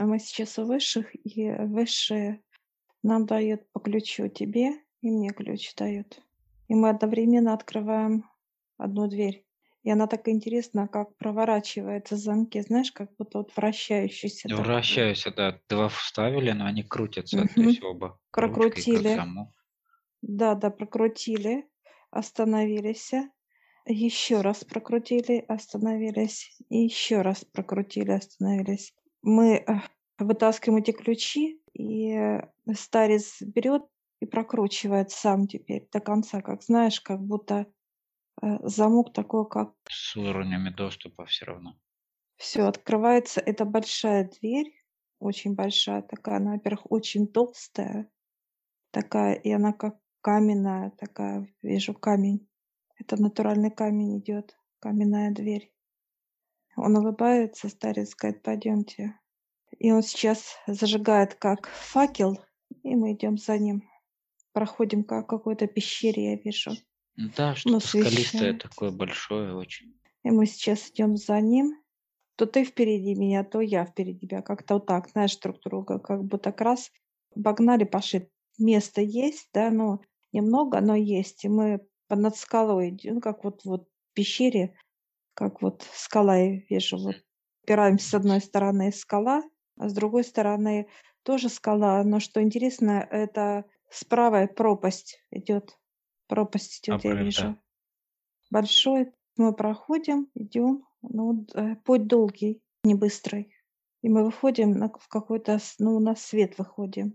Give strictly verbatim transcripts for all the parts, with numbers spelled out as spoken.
А мы сейчас у высших, и высшие нам дают по ключу тебе, и мне ключ дают. И мы одновременно открываем одну дверь. И она так интересно, как проворачивается в замке, знаешь, как будто вот вращающийся такой. Вращаюсь, да. два вставили, но они крутятся, то есть Мгм. оба ручкой, как Прокрутили. замок. Да-да, прокрутили, остановились. Еще раз прокрутили, остановились. И еще раз прокрутили, остановились. Мы, э, вытаскиваем эти ключи, и, э, старец берет и прокручивает сам теперь до конца, как знаешь, как будто, э, замок такой, как С уровнями доступа все равно. все открывается. Это большая дверь, очень большая такая. Она, во-первых, очень толстая такая, и она как каменная такая. Вижу камень. Это натуральный камень идет, каменная дверь. Он улыбается, старец говорит: "Пойдемте". И он сейчас зажигает как факел, и мы идем за ним. Проходим как какой-то пещере, я вижу. Да, Он что-то скалистое освещает. такое, большое очень. И мы сейчас идем за ним. То ты впереди меня, то я впереди тебя. Как-то вот так, знаешь, друг друга как будто так раз обогнали, пошли. Место есть, да, ну, немного, но есть. И мы под над скалой идем, ну, как вот вот в пещере, как вот скала, я вижу, вот опираемся с одной стороны скала, а с другой стороны тоже скала. Но что интересно, это справа пропасть идет. Пропасть идет, я Обрыв, да. вижу. Большой. Мы проходим, идем. Ну, д э, путь долгий, не быстрый. И мы выходим на к в какой-то с ну, на свет выходим.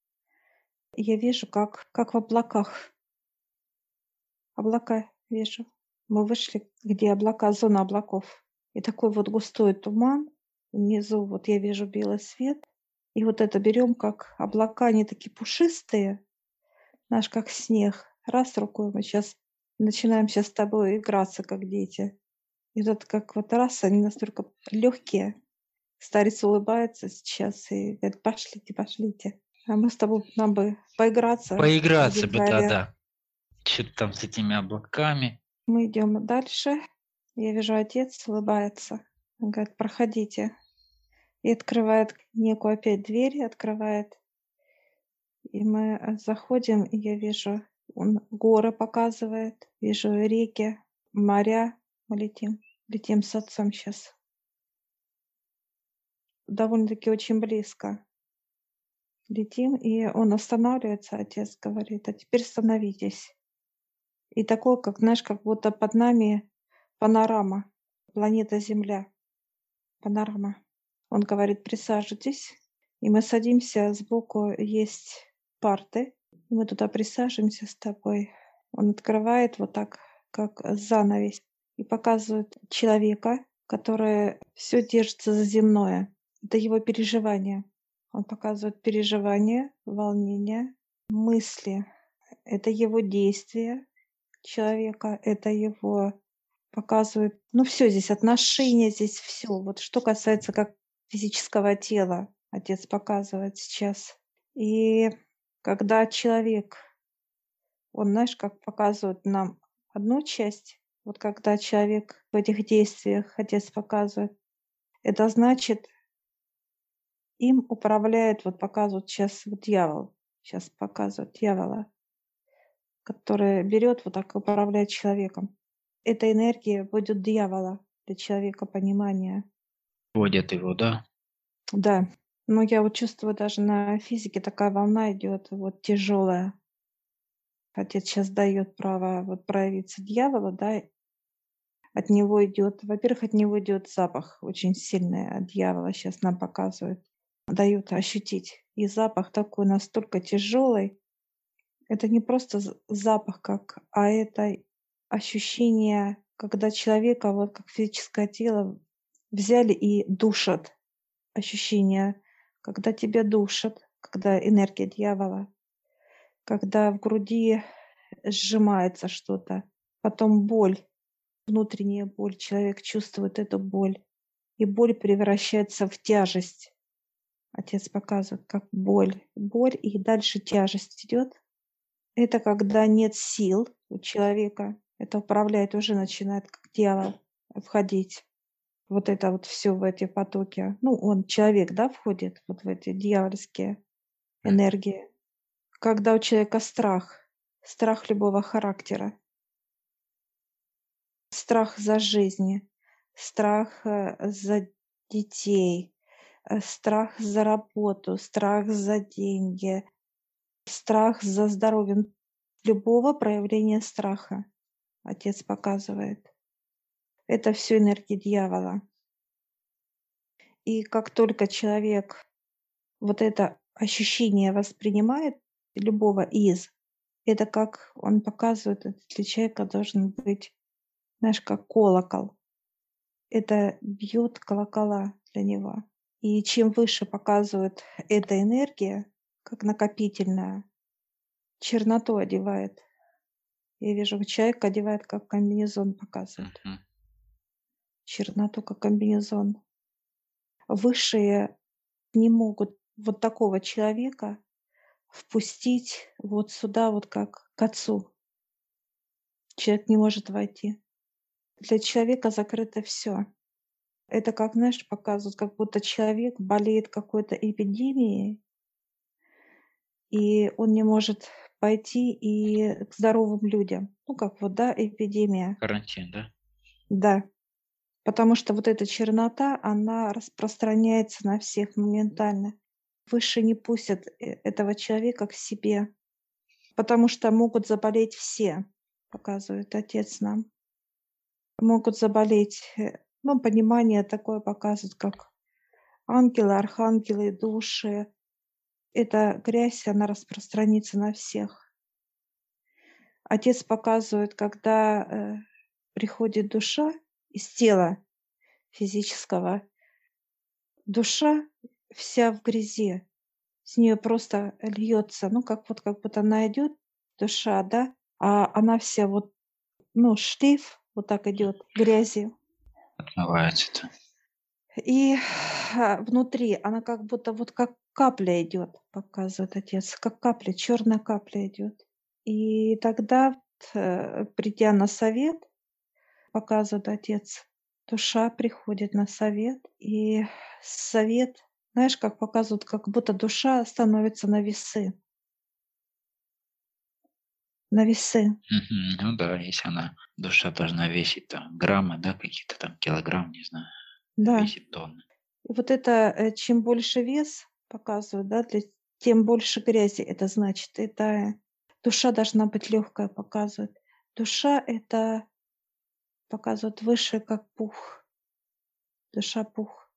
И я вижу, как как в облаках. Облака вижу. Мы вышли, где облака, зона облаков. И такой вот густой туман. Внизу вот я вижу белый свет. И вот это берем, как облака, они такие пушистые, знаешь, как снег. Раз рукой мы сейчас начинаем сейчас с тобой играться, как дети. И вот как вот раз, они настолько легкие. Старец улыбается сейчас и говорит: "Пошлите, пошлите". А мы с тобой, нам бы поиграться, Поиграться будем бы, да, говоря. да. Что-то там с этими облаками. Мы идем дальше. Я вижу, отец улыбается. Он говорит: "Проходите". И открывает некую опять дверь, открывает. И мы, э, заходим, и я вижу, он горы показывает, вижу реки, моря. Мы летим, летим с отцом сейчас. Довольно-таки очень близко летим, и он останавливается, отец говорит: "А теперь становитесь". И такое, как, знаешь, как будто под нами панорама, планета Земля, панорама. Он говорит: "Присаживайтесь". И мы садимся, сбоку есть парты, и мы туда присаживаемся с тобой. Он открывает вот так, как занавес, и показывает человека, который все держится за земное. Это его переживания. Он показывает переживания, волнения, мысли. Это его действия человека, это его показывает, ну, все здесь, отношения здесь, все. Вот что касается как физического тела, отец показывает сейчас. И когда человек, он, знаешь, как показывает нам одну часть, вот когда человек в этих действиях, отец показывает, это значит, им управляет, вот показывает сейчас вот дьявол, сейчас показывает дьявола, который берет вот так и управляет человеком. Эта энергия будет дьявола для человека понимания. Водят его, да. Да, но я вот чувствую, даже на физике такая волна идет, вот тяжелая. Отец сейчас дает право вот проявиться дьявола, да, от него идет, во-первых, от него идет запах очень сильный от дьявола, сейчас нам показывают, дают ощутить. И запах такой настолько тяжелый, это не просто з- запах как, а это ощущение, когда человека, вот как физическое тело, взяли и душат. Ощущение, когда тебя душат, когда энергия дьявола, когда в груди сжимается что-то, потом боль, внутренняя боль, человек чувствует эту боль, и боль превращается в тяжесть. Отец показывает, как боль, боль, и дальше тяжесть идет. Это когда нет сил у человека, это управляет, уже начинает как дьявол входить. Вот это вот все в эти потоки. Ну, он, человек, да, входит вот в эти дьявольские М, энергии. Когда у человека страх, страх любого характера, страх за жизнь, страх, э, за детей, э, страх за работу, страх за деньги, страх за здоровье. М, любого проявления страха отец показывает. Это все энергия дьявола. И как только человек вот это ощущение воспринимает любого из, это как он показывает, это для человека должен быть, знаешь, как колокол. Это бьет колокола для него. И чем выше показывает эта энергия, как накопительная, черноту одевает. Я вижу, вот человек одевает, как комбинезон показывает. мгм. Черноту, как комбинезон. Высшие не могут вот такого человека впустить вот сюда, вот как к отцу. Человек не может войти. Для человека закрыто все. Это как, знаешь, показывают, как будто человек болеет какой-то эпидемией, и он не может пойти и к здоровым людям. Ну, как вот, да, эпидемия. Карантин, да? Да, потому что вот эта чернота, она распространяется на всех моментально. Выше не пустят э этого человека к себе, потому что могут заболеть все, показывает отец нам. Могут заболеть, э, ну, понимание такое показывает, как ангелы, архангелы, души. Эта грязь, она распространится на всех. Отец показывает, когда, э, приходит душа из тела физического, душа вся в грязи, с нее просто льется, ну, как вот как будто она идет, душа, да, а она вся вот, ну, шлейф вот так идет грязи. Отмывается-то. И а, внутри она как будто вот как капля идет, показывает отец, как капля, черная капля идет. И тогда, вот, э, придя на совет, показывает отец, душа приходит на совет, и совет, знаешь, как показывают, как будто душа становится на весы, на весы. Мгм. Ну да, если она, душа должна весить там граммы, да, какие-то там килограмм, не знаю, Да. весит тонны. И вот это, э, чем больше вес показывают, да, для тем больше грязи. Это значит, это душа должна быть легкая, показывает. Душа — это, показывает, выше, как пух. Душа — пух.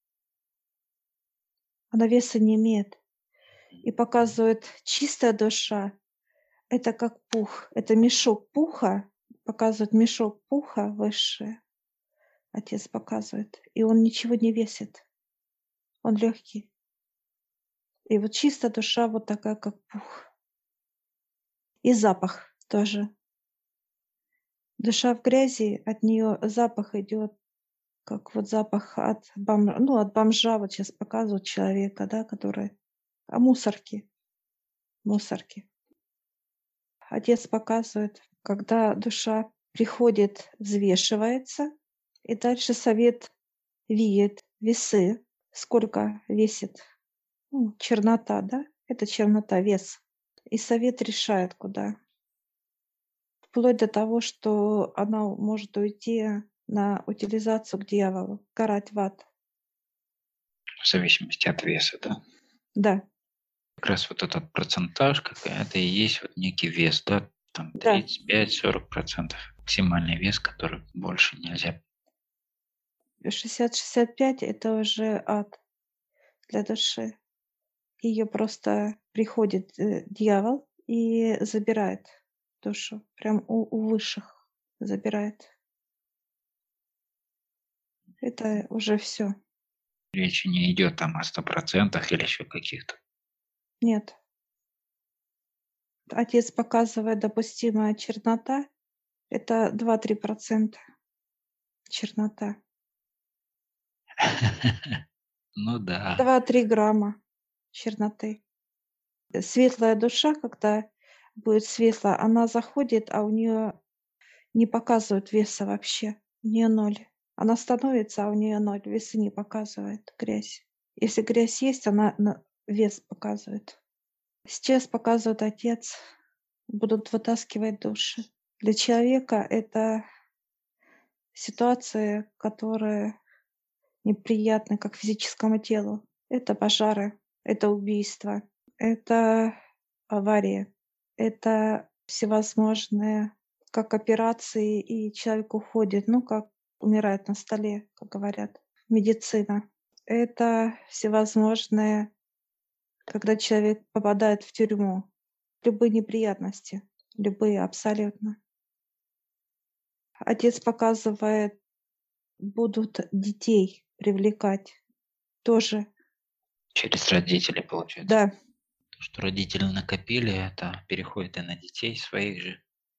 Она веса не имеет. И показывает, чистая душа — это как пух. Это мешок пуха, показывает мешок пуха высший. Отец показывает. И он ничего не весит. Он легкий. И вот чистая душа вот такая, как пух. И запах тоже. Душа в грязи, от нее запах идет, как вот запах от бом ну, от бомжа, вот сейчас показывают человека, да, который а, мусорки, мусорки. Отец показывает, когда душа приходит, взвешивается, и дальше совет видит весы, сколько весит, ну, чернота, да, это чернота, вес. И совет решает, куда. Вплоть до того, что она может уйти на утилизацию к дьяволу, карать в ад. В зависимости от веса, да. Да, Как раз вот этот процентаж, как это и есть вот некий вес, да, там да. тридцать пять сорок процентов максимальный вес, который больше нельзя. шестьдесят шестьдесят пять — это уже ад для души. Ее просто приходит, э, дьявол и забирает душу. Прям у у высших забирает. Это уже все. Речи не идет там о ста процентах или еще каких-то. Нет. Отец показывает допустимая чернота — это два-три процента чернота. Ну да. Два-три грамма черноты. Э, светлая душа, когда будет светлая, она заходит, а у нее не показывают веса вообще. У нее ноль. Она становится, а у нее ноль, весы не показывает, грязь. Если грязь есть, она на вес показывает. Сейчас показывает отец, будут вытаскивать души. Для человека это ситуация, которая неприятна как физическому телу. Это пожары, это убийства, это аварии, это всевозможные, как операции, и человек уходит, ну, как умирает на столе, как говорят, медицина. Это всевозможные, когда человек попадает в тюрьму, любые неприятности, любые абсолютно. Отец показывает, будут детей привлекать тоже. Через родителей, получается. Да, То, что родители накопили, это переходит и на детей своих же.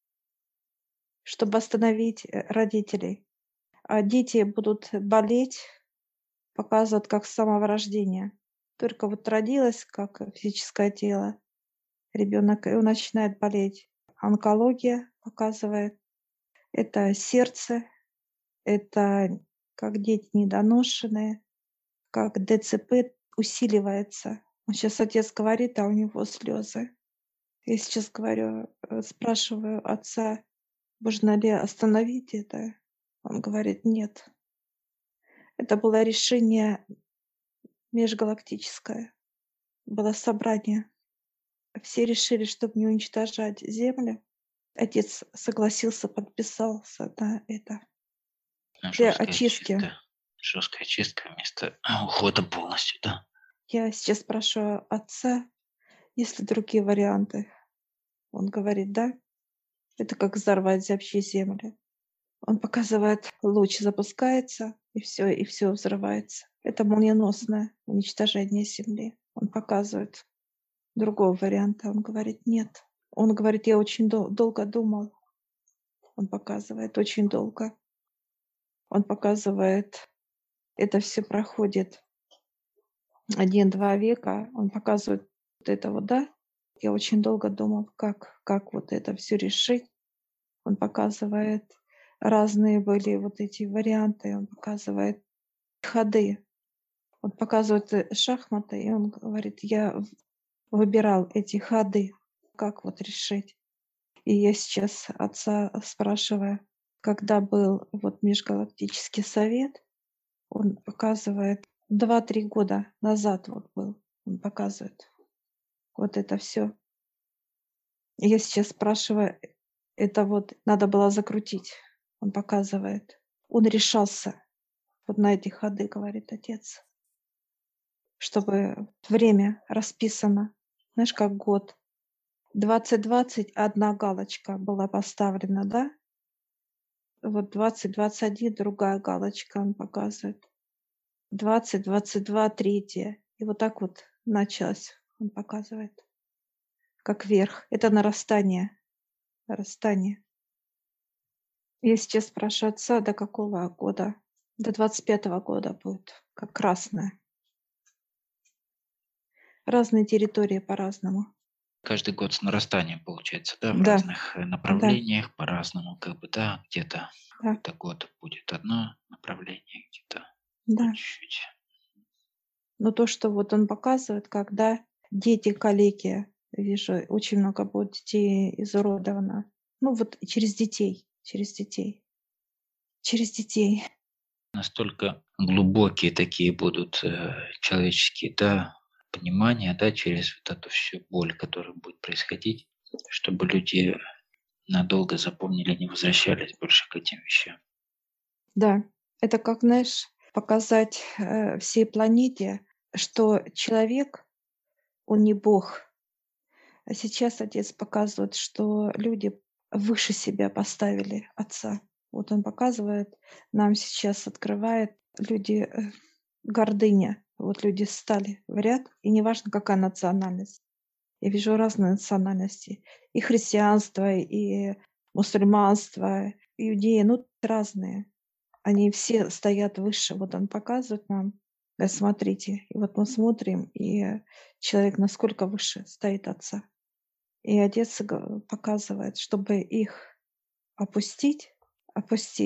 чтобы остановить э, родителей. А дети будут болеть, показывают как с самого рождения. Только вот родилась как физическое тело, ребенок, и он начинает болеть. Онкология показывает. Это сердце, это как дети недоношенные, как ДЦП усиливается. Он сейчас отец говорит, а у него слезы. Я сейчас говорю, э, спрашиваю отца, можно ли остановить это? Он говорит, нет. Это было решение межгалактическое, было собрание. Все решили, чтобы не уничтожать Землю. Отец согласился, подписался на это. Для Жесткая очистки. чистка. Жесткая чистка вместо а, ухода полностью, да. Я сейчас спрашиваю отца, есть ли другие варианты. Он говорит, да. Это как взорвать вообще Землю. Он показывает, луч запускается, и все, и все взрывается. Это молниеносное уничтожение Земли. Он показывает. Другого варианта. Он говорит, нет. Он говорит, я очень дол- долго думал. Он показывает, очень долго. Он показывает, это все проходит один-два века. Он показывает вот это вот, да. Я очень долго думал, как, как вот это все решить. Он показывает, разные были вот эти варианты. Он показывает ходы. Он показывает э, шахматы, и он говорит, я в- выбирал эти ходы, как вот решить. И я сейчас отца спрашиваю, когда был вот межгалактический совет, он показывает два-три года назад вот был, он показывает вот это все. Я сейчас спрашиваю, э, это вот надо было закрутить. Он показывает. Он решался вот на эти ходы, говорит отец, чтобы время расписано, знаешь, как год. двадцать двадцать одна галочка была поставлена, да? Вот двадцать двадцать один другая галочка он показывает. двадцать двадцать два третья. И вот так вот началось, он показывает, как вверх. Это нарастание, нарастание. Я сейчас спрашиваю отца, до какого года? До двадцать пятого года будет, как красное. Разные территории по-разному. Каждый год с нарастанием получается, да, в Да, разных э, да, направлениях, по-разному, как бы, да, где-то да, какой-то год будет одно направление, где-то по да. чуть-чуть. Но то, что вот он показывает, когда дети калеки, вижу, очень много будет детей изуродовано. Ну вот через детей, через детей, через детей. Настолько глубокие такие будут э, человеческие, да, понимания, да, через вот эту всю боль, которая будет происходить, чтобы люди надолго запомнили, не возвращались больше к этим вещам. Да, это как, знаешь, показать э, всей планете, что человек, он не Бог. А сейчас отец показывает, что люди выше себя поставили отца. Вот он показывает, нам сейчас открывает люди э, гордыня. Вот люди стали в ряд, и неважно, какая национальность. Я вижу разные национальности. И христианство, и мусульманство, и иудеи, ну, разные. Они все стоят выше. Вот он показывает нам, говорит, смотрите. И вот мы смотрим, и человек насколько выше стоит отца. И отец га- показывает, чтобы их опустить, опустить.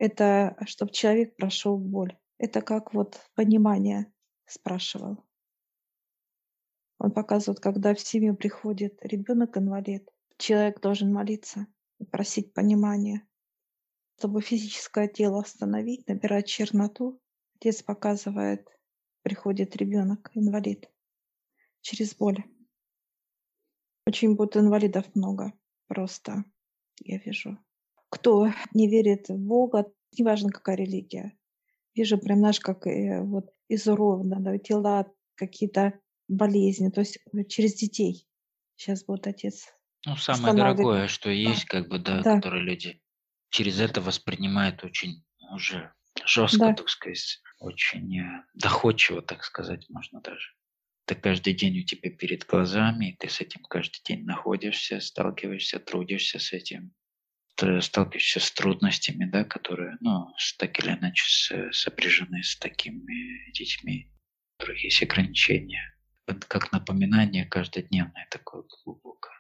Это чтобы человек прошел боль. Это как вот понимание спрашивал. Он показывает, когда в семью приходит ребенок-инвалид, человек должен молиться и просить понимания. Чтобы физическое тело остановить, набирать черноту, отец показывает, приходит ребенок-инвалид через боль. Очень будет инвалидов много, просто я вижу. Кто не верит в Бога, неважно какая религия, вижу прям, знаешь, как э, вот изуродованные тела, какие-то болезни, то есть э, через детей. Сейчас будет отец Ну, самое останавливать. дорогое, что Да, есть, как бы, да, да, которое люди через это воспринимают очень уже жестко, да. так сказать, очень э, доходчиво, так сказать, можно даже. Это каждый день у тебя перед глазами, и ты с этим каждый день находишься, сталкиваешься, трудишься с этим. Ты сталкиваешься с трудностями, да, которые, ну, с- так или иначе с- сопряжены с такими детьми, у которых есть ограничения. Это как напоминание каждодневное такое глубокое.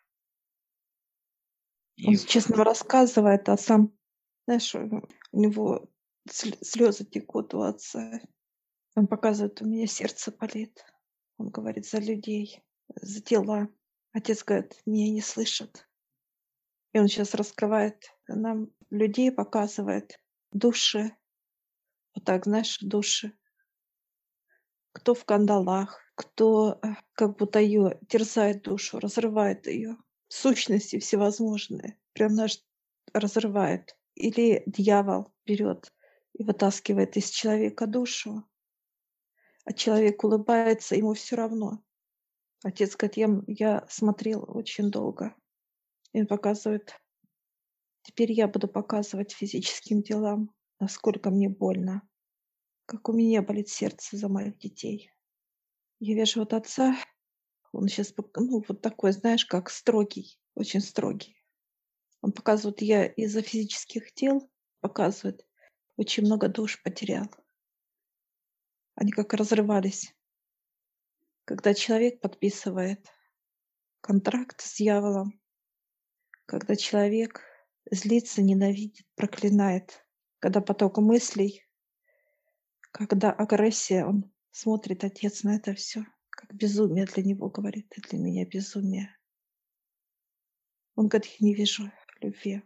Он И честно рассказывает, а сам, знаешь, э, у него слезы текут у отца. Он показывает, у меня сердце болит. Он говорит за людей, за дела. Отец говорит, меня не слышат. И он сейчас раскрывает нам людей, показывает души. Вот так, знаешь, души. Кто в кандалах, кто э, как будто ее терзает душу, разрывает ее. Сущности всевозможные. Прям наш разрывает. Или дьявол берет и вытаскивает из человека душу, а человек улыбается, ему все равно. Отец говорит, я, м- я смотрел очень долго. И он показывает, теперь я буду показывать физическим делам, насколько мне больно, как у меня болит сердце за моих детей. Я вижу вот отца, он сейчас, ну, вот такой, знаешь, как строгий, очень строгий. Он показывает, я из-за физических дел, показывает, очень много душ потерял. Они как разрывались. Когда человек подписывает контракт с дьяволом, когда человек злится, ненавидит, проклинает, когда поток мыслей, когда агрессия, он смотрит, отец, на это все как безумие для него, говорит, это для меня безумие. Он говорит, я не вижу любви.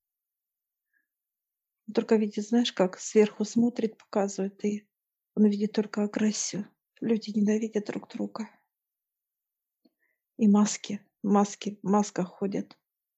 Он только видит, знаешь, как сверху смотрит, показывает, и он видит только агрессию. Люди ненавидят друг друга. И маски, маски, в масках ходят,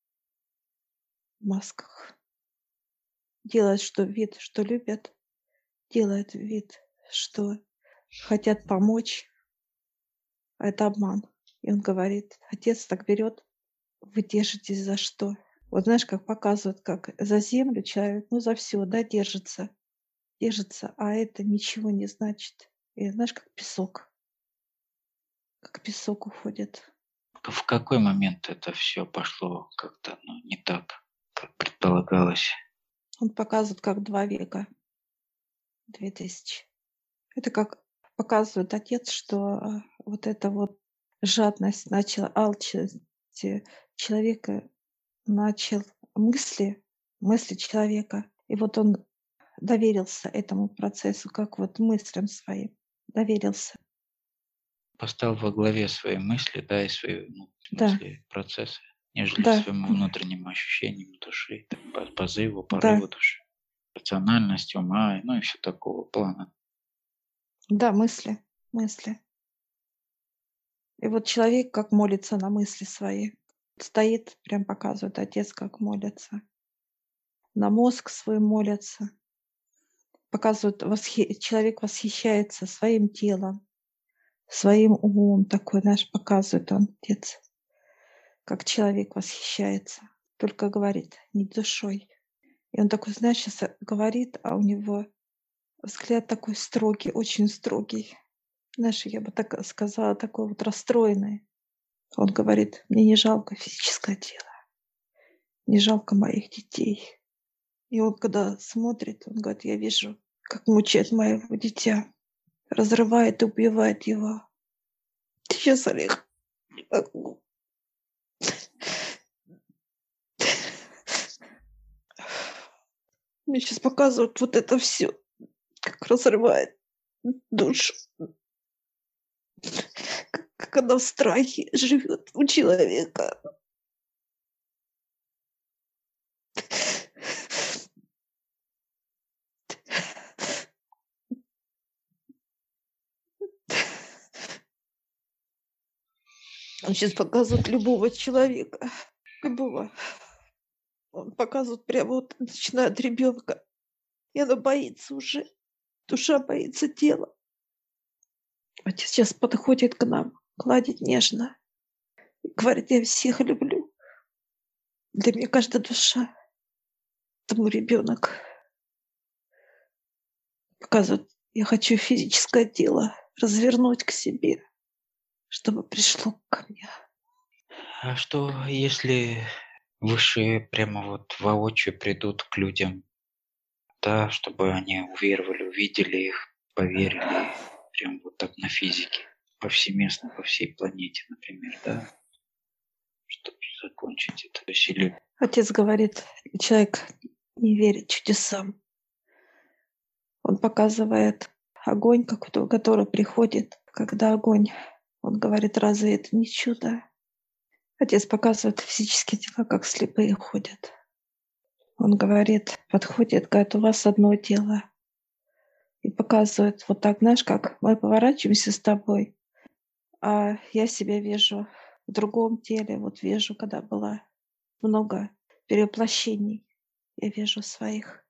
в масках. Делают, что вид, что любят, делают вид, что хотят помочь, а это обман. И он говорит, отец так берет, вы держитесь за что? Вот знаешь, как показывают, как за землю человек, ну за все, да, держится, держится, а это ничего не значит. И знаешь, как песок, как песок уходит. в какой момент это все пошло как-то, ну, не так, как предполагалось? Он показывает, как два века, две тысячи. Это как показывает отец, что а, вот эта вот жадность начала, алчность э, человека начал мысли, мысли человека. И вот он доверился этому процессу, как вот мыслям своим доверился. Поставил во главе свои мысли, да, и свои, ну, в Да, смысле, процессы, нежели да, своему внутреннему ощущениям души, так, по- позыву, да, порыву души, рациональность ума, ну и все такого плана. да, мысли, мысли. И вот человек как молится на мысли свои. Стоит, прям показывает отец, как молится. На мозг свой молятся. Показывают, восхи человек восхищается своим телом, своим умом. Такой, знаешь, показывает он, отец, как человек восхищается. Только говорит, не душой. И он такой, знаешь, щас, э, говорит, а у него взгляд такой строгий, очень строгий. Знаешь, я бы так сказала, такой вот расстроенный. Он говорит: "Мне не жалко физическое тело, не жалко моих детей". И он когда смотрит, он говорит: "Я вижу, как мучает моего дитя, разрывает и убивает его". Сейчас, Олег, не могу. Мне сейчас показывают вот это все, как разрывает душу, как как она в страхе живет у человека. Он сейчас показывает любого человека, любого. Он показывает прямо вот, начиная от ребенка, и она боится уже, душа боится тела. Отец сейчас подходит к нам, гладит нежно и говорит: "Я всех люблю". Для меня каждая душа — это мой ребенок. Показывает: "Я хочу физическое тело развернуть к себе, чтобы пришло ко мне". А что, если высшие прямо вот воочию придут к людям, да, чтобы они уверовали, увидели их, поверили, прям вот так на физике, повсеместно, по всей планете, например, да, чтобы закончить это. То есть или Отец говорит: человек не верит чудесам. Он показывает огонь какой-то, который приходит. Когда огонь, он говорит: "Разве это не чудо?" Отец показывает физические тела, как слепые ходят. Он говорит, подходит, говорит: "У вас одно тело". И показывает вот так, знаешь, как мы поворачиваемся с тобой, а я себя вижу в другом теле. Вот вижу, когда была много перевоплощений. Я вижу своих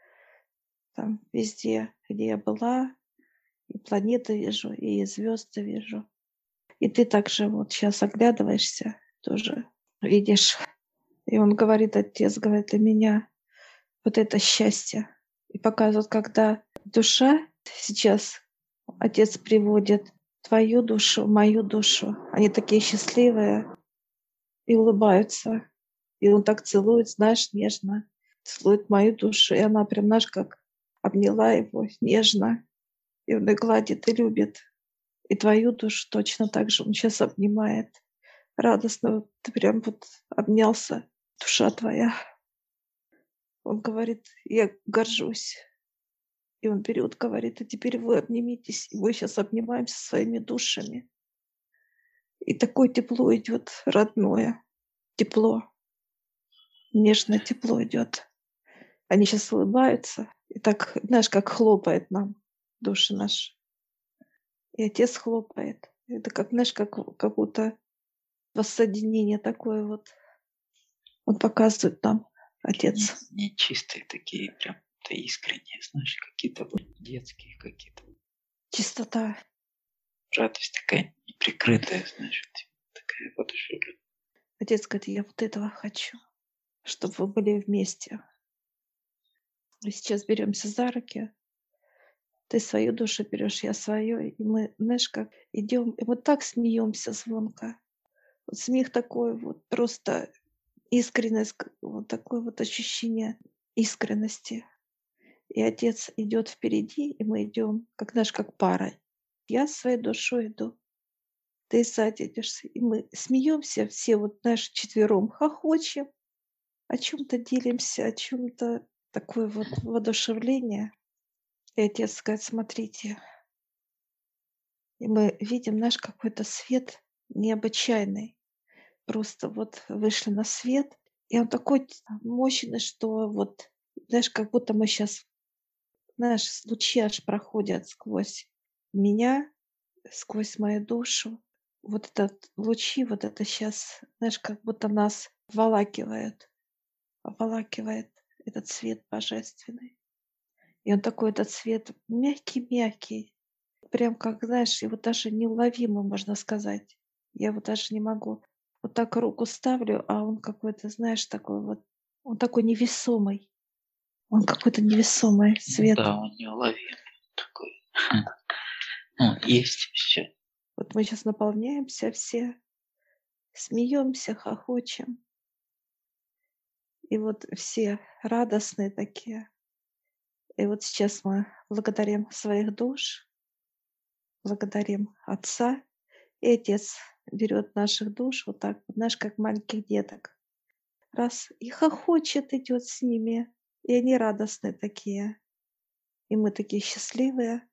там везде, где я была, и планеты вижу, и звезды вижу. И ты также вот сейчас оглядываешься, тоже видишь. И он говорит, отец говорит, для меня вот это счастье. И показывает, когда душа сейчас отец приводит твою душу, мою душу. Они такие счастливые и улыбаются. И он так целует, знаешь, нежно. Целует мою душу. И она прям, знаешь, как обняла его нежно. И он и гладит, и любит. И твою душу точно так же он сейчас обнимает. Радостно. Вот ты прям вот обнялся, душа твоя. Он говорит, я горжусь. И он берет, говорит, а теперь вы обнимитесь. И мы сейчас обнимаемся своими душами. И такое тепло идет, родное. Тепло. Нежное тепло идет. Они сейчас улыбаются. И так, знаешь, как хлопает нам души наши. И отец хлопает. Это как, знаешь, как как будто воссоединение такое вот. Он показывает нам, не, отец. не чистые такие, прям то искренние, знаешь, какие-то вот детские какие-то. Чистота. Радость такая неприкрытая, знаешь, вот такая воодушевленная. Отец говорит, я вот этого хочу, чтобы вы были вместе. Мы сейчас беремся за руки. Ты свою душу берешь, я свою, и мы, знаешь, как идем, и вот так смеемся звонко. Вот смех такой вот просто искренность, к- вот такое вот ощущение искренности. И отец идет впереди, и мы идем, как знаешь, как пара. Я своей душой иду, ты сзади идешь, и мы смеемся все, вот знаешь, четвером, хохочем, о чем-то делимся, о чем-то такое вот воодушевление. И отец говорит, смотрите, и мы видим наш какой-то свет необычайный. Просто вот вышли на свет, и он такой т мощный, что вот, знаешь, как будто мы сейчас, знаешь, лучи аж проходят сквозь меня, сквозь мою душу. Вот этот лучи, вот это сейчас, знаешь, как будто нас обволакивает, обволакивает этот свет божественный. И он такой, этот свет мягкий-мягкий, прям как, знаешь, его даже неуловимый, можно сказать. Я вот даже не могу. Вот так руку ставлю, а он какой-то, знаешь, такой вот, он такой невесомый. Он какой-то невесомый Ну свет. да, он неуловимый такой. Ну, есть все. Вот мы сейчас наполняемся все, смеемся, хохочем. И вот все радостные такие. И вот сейчас мы благодарим своих душ, благодарим Отца. И Отец берет наших душ вот так, вот, знаешь, как маленьких деток. Раз, и хохочет, идет с ними. И они радостные такие, и мы такие счастливые.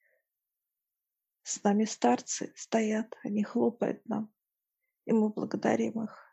С нами старцы стоят, они хлопают нам, и мы благодарим их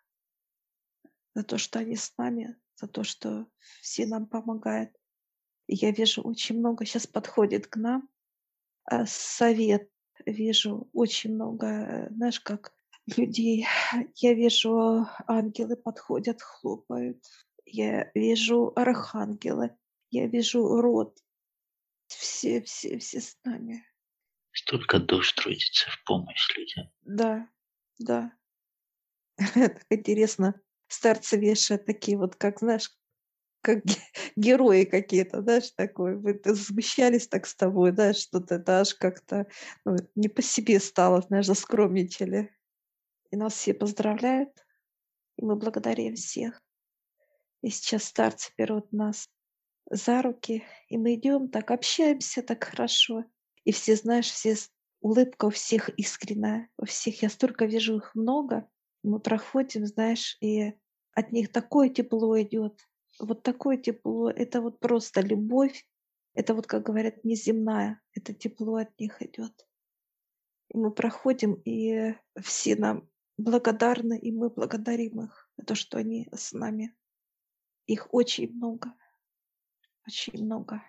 за то, что они с нами, за то, что все нам помогают. И я вижу, очень много сейчас подходит к нам, а, совет. Вижу очень много, э, знаешь, как людей. Я вижу, ангелы подходят, хлопают. Я вижу архангелы. Я вижу род. Все, все, все с нами. Столько душ трудится в помощь людям. Да, да. Так интересно. Старцы вешают такие вот, как, знаешь, как ге герои какие-то, знаешь, такой. Вы т возмущались так с тобой, да, что-то это аж как-то, ну, не по себе стало, знаешь, заскромничали. И нас все поздравляют, и мы благодарим всех. И сейчас старцы берут нас за руки, и мы идем, так общаемся так хорошо. И все, знаешь, все с улыбка у всех искренняя, у всех. Я столько вижу их много. Мы проходим, знаешь, и от них такое тепло идет. Вот такое тепло. Это вот просто любовь. Это вот, как говорят, неземная. Это тепло от них идет. И мы проходим, и все нам благодарны, и мы благодарим их за то, что они с нами. Их очень много, очень много.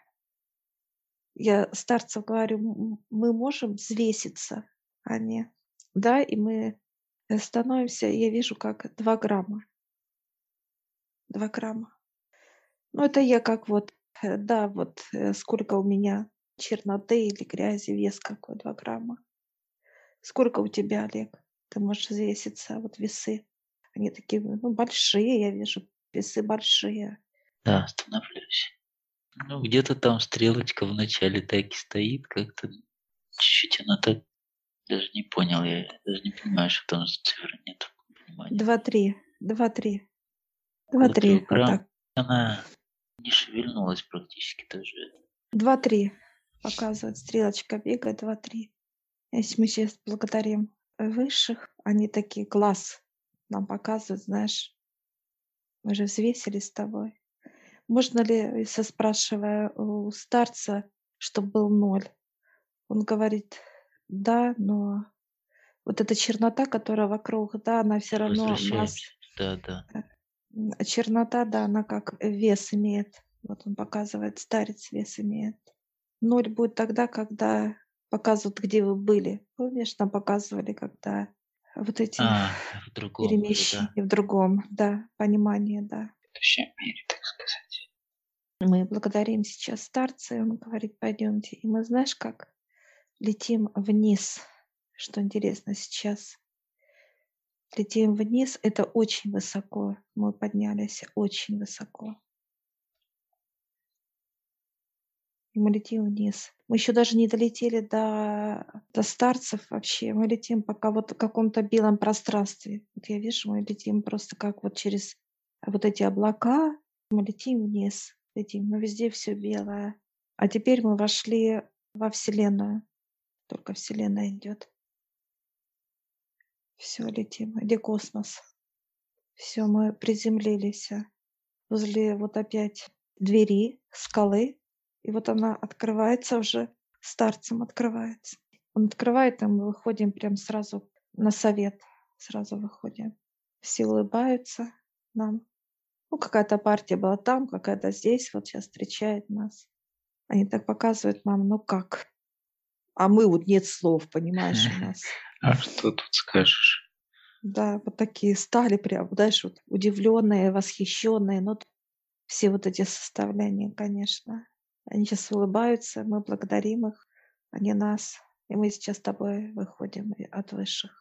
Я старцев говорю: "М м мы можем взвеситься?" Они: "Да". И мы, э, становимся, я вижу, как два грамма. два грамма. Ну, это я как вот, э, да, вот, э, сколько у меня черноты или грязи, вес какой, два грамма. Сколько у тебя, Олег? Ты можешь взвеситься, вот весы. Они такие, ну, большие, я вижу, весы большие. Да, становлюсь. Ну, где-то там стрелочка в начале так и стоит, как-то чуть-чуть она так, даже не понял, я даже не понимаю, что там за цифры, нет понимания. два три, два три, два Около три, трех вот грамм. так. Она не шевельнулась практически даже. два три показывает, стрелочка бегает, два три. Если мы сейчас благодарим высших, они такие класс нам показывают, знаешь, мы же взвесили с тобой. Можно ли, если спрашивая у старца, чтобы был ноль? Он говорит: "Да, но вот эта чернота, которая вокруг, да, она все равно Возвращаемся. масс Да, да. э, м, чернота, да, она как вес имеет". Вот он показывает, старец вес имеет. Ноль будет тогда, когда показывают, где вы были. Помнишь, нам показывали, когда вот эти А, в другом уже, да. перемещения в другом, да, понимание, да. В следующем мире, так сказать. Мы благодарим сейчас старца, и он говорит: "Пойдемте". И мы, знаешь, как летим вниз. Что интересно сейчас? Летим вниз. Это очень высоко. Мы поднялись очень высоко. И мы летим вниз. Мы еще даже не долетели до до старцев вообще. Мы летим пока вот в каком-то белом пространстве. Вот я вижу, мы летим просто как вот через вот эти облака. Мы летим вниз, летим, но везде все белое. А теперь мы вошли во Вселенную. Только Вселенная идет. Все, летим. Где космос? Все, мы приземлились а, возле вот опять двери, скалы. И вот она открывается уже, старцем открывается. Он открывает, и мы выходим прям сразу на совет. Сразу выходим. Все улыбаются нам. Ну, какая-то партия была там, какая-то здесь, вот сейчас встречает нас. Они так показывают нам, ну как? А мы вот нет слов, понимаешь, у нас. А что тут скажешь? Да, вот такие стали прям, знаешь, вот удивленные, восхищенные. Ну, т- все вот эти составляния, конечно. Они сейчас улыбаются, мы благодарим их, они нас. И мы сейчас с тобой выходим и от высших.